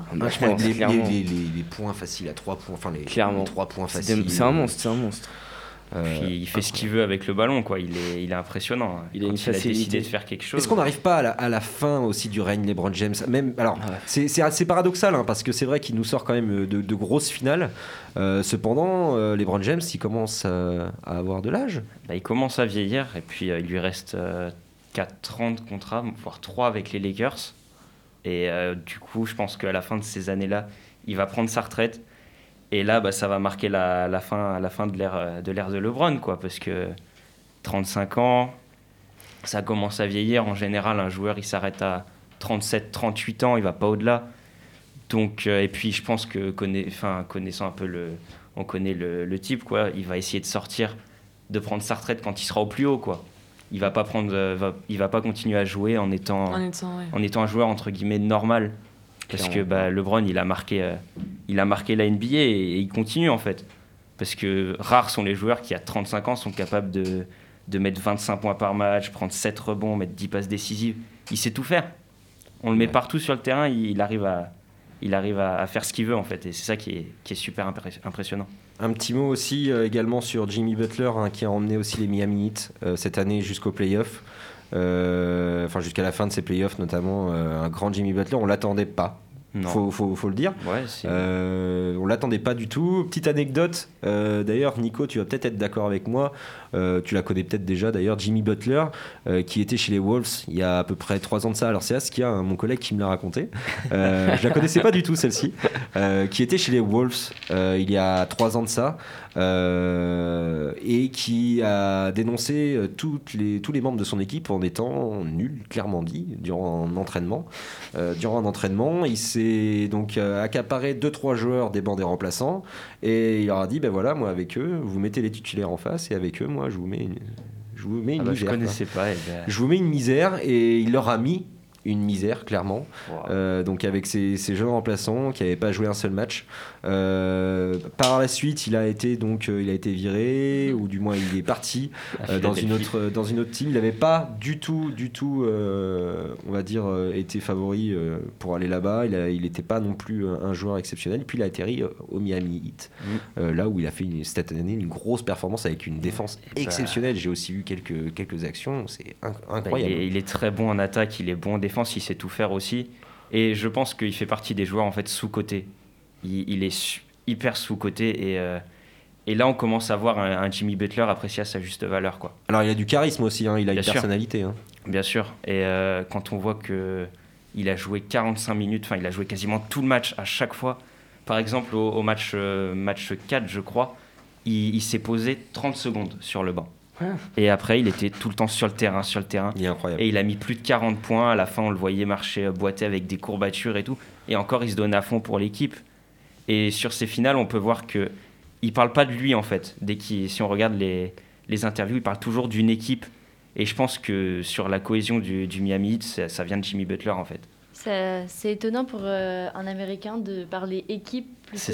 Les points faciles à 3 points, enfin les 3 points faciles, c'est un monstre. Puis il fait ce qu'il veut avec le ballon quoi. Il est impressionnant. Il a décidé de faire quelque chose. Est-ce qu'on n'arrive pas à la fin aussi du règne LeBron James même, alors c'est assez paradoxal parce que c'est vrai qu'il nous sort quand même de grosses finales. Cependant LeBron James il commence à avoir de l'âge. Il commence à vieillir et puis il lui reste 4 ans de contrat, voire 3 avec les Lakers. Et du coup je pense qu'à la fin de ces années-là il va prendre sa retraite. Et là, ça va marquer la fin de l'ère de LeBron, quoi, parce que 35 ans, ça commence à vieillir. En général, un joueur, il s'arrête à 37, 38 ans, il va pas au-delà. Donc, et puis, je pense que, connaissant un peu on connaît le type, quoi, il va essayer de prendre sa retraite quand il sera au plus haut, quoi. Il va pas continuer à jouer en étant un joueur, entre guillemets, normal. Parce que LeBron, il a marqué la NBA et il continue en fait. Parce que rares sont les joueurs qui, à 35 ans, sont capables de mettre 25 points par match, prendre 7 rebonds, mettre 10 passes décisives. Il sait tout faire. On le met partout sur le terrain, il arrive à faire ce qu'il veut en fait. Et c'est ça qui est super impressionnant. Un petit mot aussi également sur Jimmy Butler qui a emmené aussi les Miami Heat cette année jusqu'aux playoffs. Jusqu'à la fin de ces playoffs notamment, un grand Jimmy Butler, on l'attendait pas. Faut le dire. On l'attendait pas du tout. Petite anecdote, d'ailleurs Nico, tu vas peut-être être d'accord avec moi, tu la connais peut-être déjà d'ailleurs, Jimmy Butler qui était chez les Wolves il y a à peu près 3 ans de ça. Alors c'est Askia, mon collègue, qui me l'a raconté. Je la connaissais pas du tout celle-ci. Qui était chez les Wolves il y a 3 ans de ça et qui a dénoncé tous les membres de son équipe en étant nuls, clairement dit, durant un entraînement. Il s'est donc accaparé 2-3 joueurs des bancs des remplaçants et il leur a dit voilà, moi avec eux vous mettez les titulaires en face et avec eux moi je vous mets une misère. Je connaissais pas. Je vous mais une misère et il leur a mis une misère clairement. Donc avec ces jeunes remplaçants qui n'avaient pas joué un seul match. Par la suite il a été viré ou du moins il est parti dans une autre team. Il n'avait pas du tout on va dire été favori pour aller là-bas. Il n'était pas non plus un joueur exceptionnel. Puis il a atterri au Miami Heat là où il a fait cette année une grosse performance avec une défense exceptionnelle. J'ai aussi eu quelques actions, c'est incroyable. Il est très bon en attaque, il est bon en défense, il sait tout faire aussi et je pense qu'il fait partie des joueurs en fait sous-cotés. Il est hyper sous-coté et là on commence à voir un Jimmy Butler apprécié à sa juste valeur quoi. Alors il a du charisme aussi, il a une personnalité. Bien sûr, et quand on voit qu'il a joué 45 minutes, il a joué quasiment tout le match à chaque fois. Par exemple au match 4 je crois, il s'est posé 30 secondes sur le banc. Et après il était tout le temps sur le terrain. Il est incroyable. Et il a mis plus de 40 points. À la fin on le voyait marcher, boiter avec des courbatures et tout, et encore il se donne à fond pour l'équipe. Et sur ces finales on peut voir que il parle pas de lui en fait. Si on regarde les interviews, il parle toujours d'une équipe. Et je pense que sur la cohésion du Miami Heat, ça vient de Jimmy Butler en fait. C'est étonnant pour un Américain de parler équipe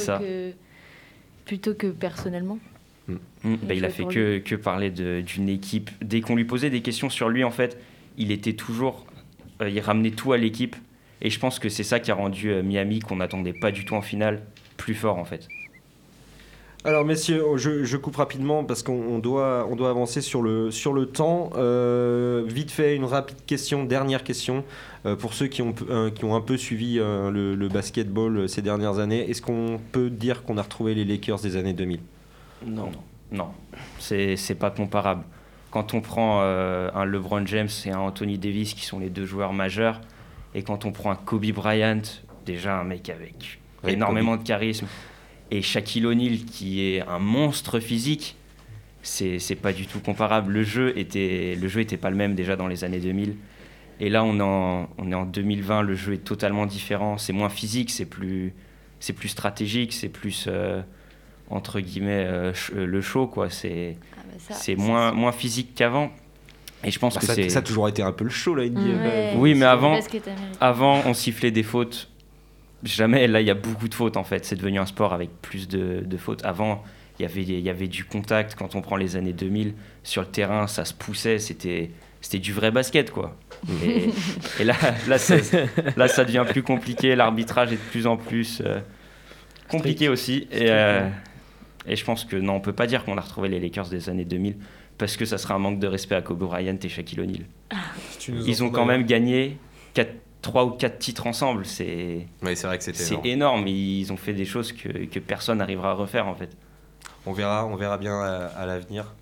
plutôt que personnellement. Il a fait que parler d'une équipe. Dès qu'on lui posait des questions sur lui, en fait, il était toujours... il ramenait tout à l'équipe. Et je pense que c'est ça qui a rendu Miami, qu'on n'attendait pas du tout en finale, plus fort, en fait. Alors messieurs, je coupe rapidement parce qu'on doit avancer sur le temps. Vite fait, une rapide dernière question pour ceux qui ont un peu suivi le basketball ces dernières années. Est-ce qu'on peut dire qu'on a retrouvé les Lakers des années 2000 ? Non, c'est pas comparable. Quand on prend un LeBron James et un Anthony Davis qui sont les deux joueurs majeurs, et quand on prend un Kobe Bryant, déjà un mec avec énormément de charisme, et Shaquille O'Neal qui est un monstre physique, c'est pas du tout comparable. Le jeu était pas le même déjà dans les années 2000, et là on est en 2020, le jeu est totalement différent. C'est moins physique, c'est plus stratégique, c'est plus entre guillemets le show, quoi. C'est moins physique qu'avant. Et je pense que ça a toujours été un peu le show, là. Oui, mais avant on sifflait des fautes. Jamais, là il y a beaucoup de fautes en fait. C'est devenu un sport avec plus de fautes. Avant, il y avait du contact. Quand on prend les années 2000, sur le terrain, ça se poussait. C'était du vrai basket, quoi. Et là, ça devient plus compliqué. L'arbitrage est de plus en plus compliqué aussi. Et je pense que non, on peut pas dire qu'on a retrouvé les Lakers des années 2000 parce que ça serait un manque de respect à Kobe Bryant et Shaquille O'Neal. Ils ont quand même gagné 3 ou 4 titres ensemble. C'est vrai que c'est énorme. Ils ont fait des choses que personne n'arrivera à refaire, en fait. On verra bien à l'avenir.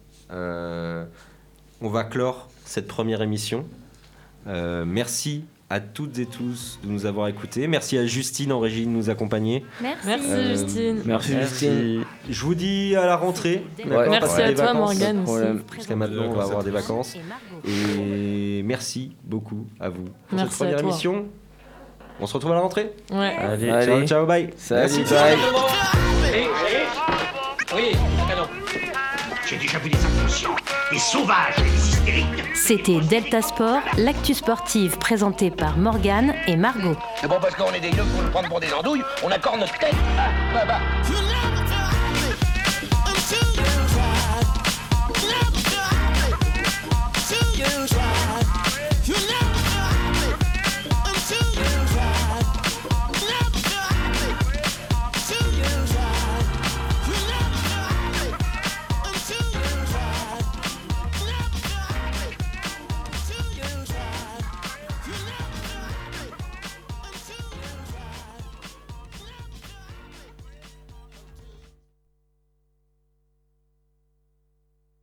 On va clore cette première émission. Merci à toutes et tous de nous avoir écoutés. Merci à Justine en régie de nous accompagner. Merci Justine. Merci Justine. Je vous dis à la rentrée. Merci à toi Morgane aussi. Jusqu'à maintenant, on va avoir des vacances. Et merci beaucoup à vous pour cette première émission. On se retrouve à la rentrée. Ouais. Allez. Ciao, bye. Salut, bye. Oui, non. J'ai déjà vu des inconscients, des sauvages et des hystériques. C'était Delta Sport, l'actu sportive présentée par Morgane et Margot. C'est bon parce qu'on est des yeux pour nous prendre pour des andouilles, on accorde notre tête.